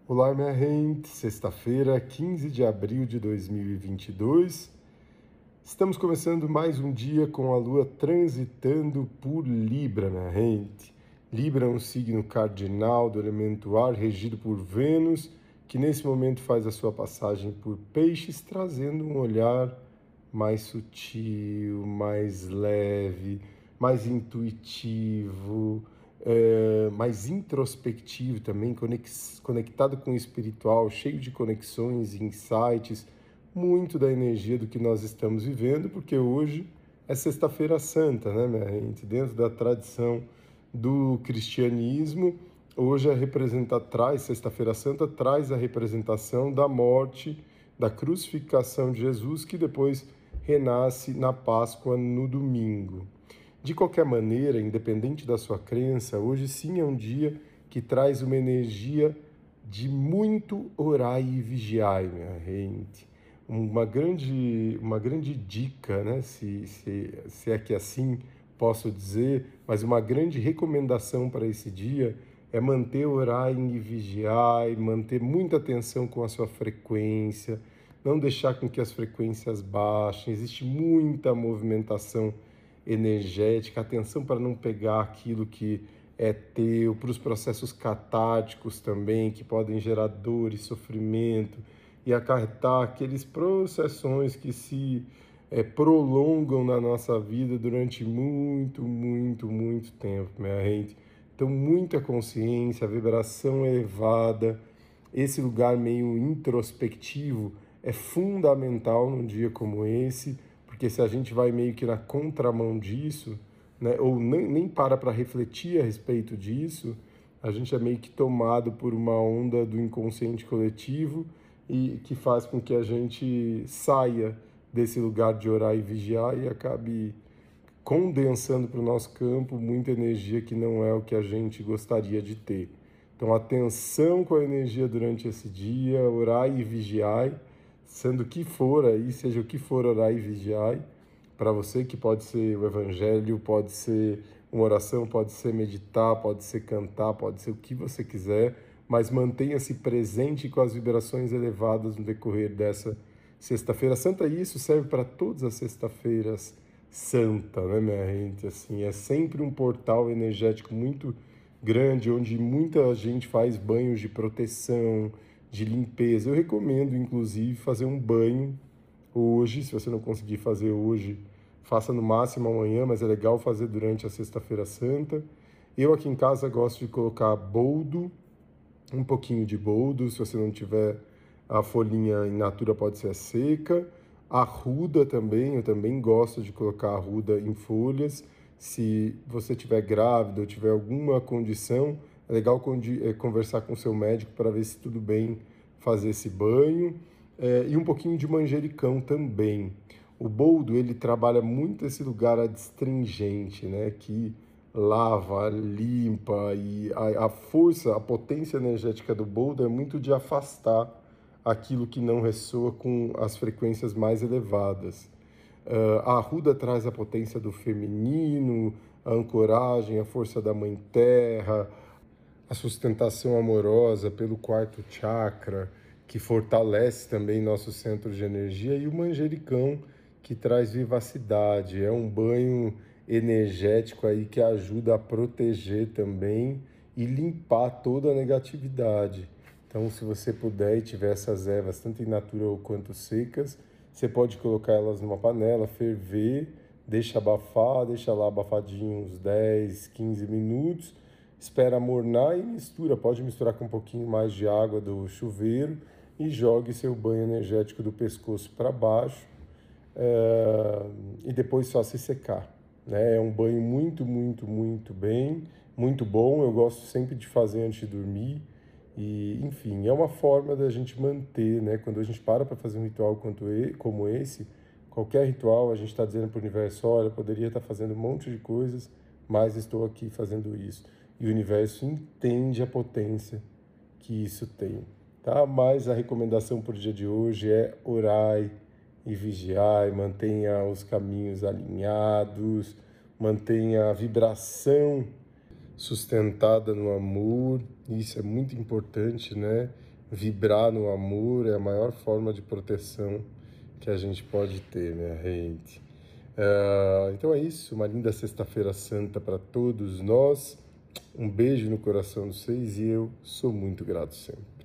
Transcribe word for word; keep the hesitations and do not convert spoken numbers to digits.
Olá, minha gente. Sexta-feira, quinze de abril de dois mil e vinte e dois. Estamos começando mais um dia com a Lua transitando por Libra, minha gente. Libra é um signo cardinal do elemento ar, regido por Vênus, que nesse momento faz a sua passagem por Peixes, trazendo um olhar mais sutil, mais leve, mais intuitivo, é, mais introspectivo também, conex, conectado com o espiritual, cheio de conexões e insights, muito da energia do que nós estamos vivendo, porque hoje é Sexta-feira Santa, né, minha gente? Dentro da tradição do cristianismo, hoje a representa, traz, Sexta-feira Santa traz a representação da morte, da crucificação de Jesus, que depois renasce na Páscoa no domingo. De qualquer maneira, independente da sua crença, hoje sim é um dia que traz uma energia de muito orai e vigiai, minha gente. Uma grande, uma grande dica, né? se, se, se é que assim posso dizer, mas uma grande recomendação para esse dia é manter orai e vigiai, manter muita atenção com a sua frequência, não deixar com que as frequências baixem. Existe muita movimentação energética, atenção para não pegar aquilo que é teu, para os processos catárticos também, que podem gerar dor e sofrimento e acarretar aqueles processões que se é, prolongam na nossa vida durante muito, muito, muito tempo, minha gente. Então, muita consciência, vibração elevada, esse lugar meio introspectivo é fundamental num dia como esse, porque se a gente vai meio que na contramão disso, né, ou nem, nem para para refletir a respeito disso, a gente é meio que tomado por uma onda do inconsciente coletivo e que faz com que a gente saia desse lugar de orar e vigiar e acabe condensando para o nosso campo muita energia que não é o que a gente gostaria de ter. Então, atenção com a energia durante esse dia, orai e vigiai, sendo o que for aí, seja o que for orai e vigiai, para você, que pode ser o evangelho, pode ser uma oração, pode ser meditar, pode ser cantar, pode ser o que você quiser, mas mantenha-se presente com as vibrações elevadas no decorrer dessa Sexta-feira Santa, e isso serve para todas as sexta-feiras santa, né, minha gente? Assim, é sempre um portal energético muito grande, onde muita gente faz banhos de proteção, de limpeza. Eu recomendo, inclusive, fazer um banho hoje. Se você não conseguir fazer hoje, faça no máximo amanhã, mas é legal fazer durante a Sexta-feira Santa. Eu aqui em casa gosto de colocar boldo, um pouquinho de boldo, se você não tiver a folhinha in natura pode ser seca. Arruda também, eu também gosto de colocar arruda em folhas. Se você estiver grávida ou tiver alguma condição, é legal conversar com o seu médico para ver se tudo bem fazer esse banho. É, e um pouquinho de manjericão também. O boldo, ele trabalha muito esse lugar adstringente, né, que lava, limpa, e a, a força, a potência energética do boldo é muito de afastar aquilo que não ressoa com as frequências mais elevadas. Uh, a arruda traz a potência do feminino, a ancoragem, a força da mãe terra, a sustentação amorosa pelo quarto chakra, que fortalece também nosso centro de energia, e o manjericão, que traz vivacidade. É um banho energético aí que ajuda a proteger também e limpar toda a negatividade. Então, se você puder e tiver essas ervas, tanto in natura quanto secas, você pode colocar elas numa panela, ferver, deixa abafar, deixa lá abafadinho uns dez, quinze minutos, espera amornar e mistura. Pode misturar com um pouquinho mais de água do chuveiro e jogue seu banho energético do pescoço para baixo, é, e depois só se secar. Né? É um banho muito, muito, muito bem, muito bom. Eu gosto sempre de fazer antes de dormir. E, enfim, é uma forma da gente manter, né? Quando a gente para para fazer um ritual como esse, qualquer ritual, a gente está dizendo para o universo, olha, eu poderia estar fazendo um monte de coisas, mas estou aqui fazendo isso. E o universo entende a potência que isso tem, tá? Mas a recomendação para o dia de hoje é orai e vigiai, mantenha os caminhos alinhados, mantenha a vibração sustentada no amor. Isso é muito importante, né? vibrar no amor é a maior forma de proteção que a gente pode ter, minha gente. Uh, então é isso, uma linda sexta-feira santa para todos nós. Um beijo no coração de vocês e eu sou muito grato sempre.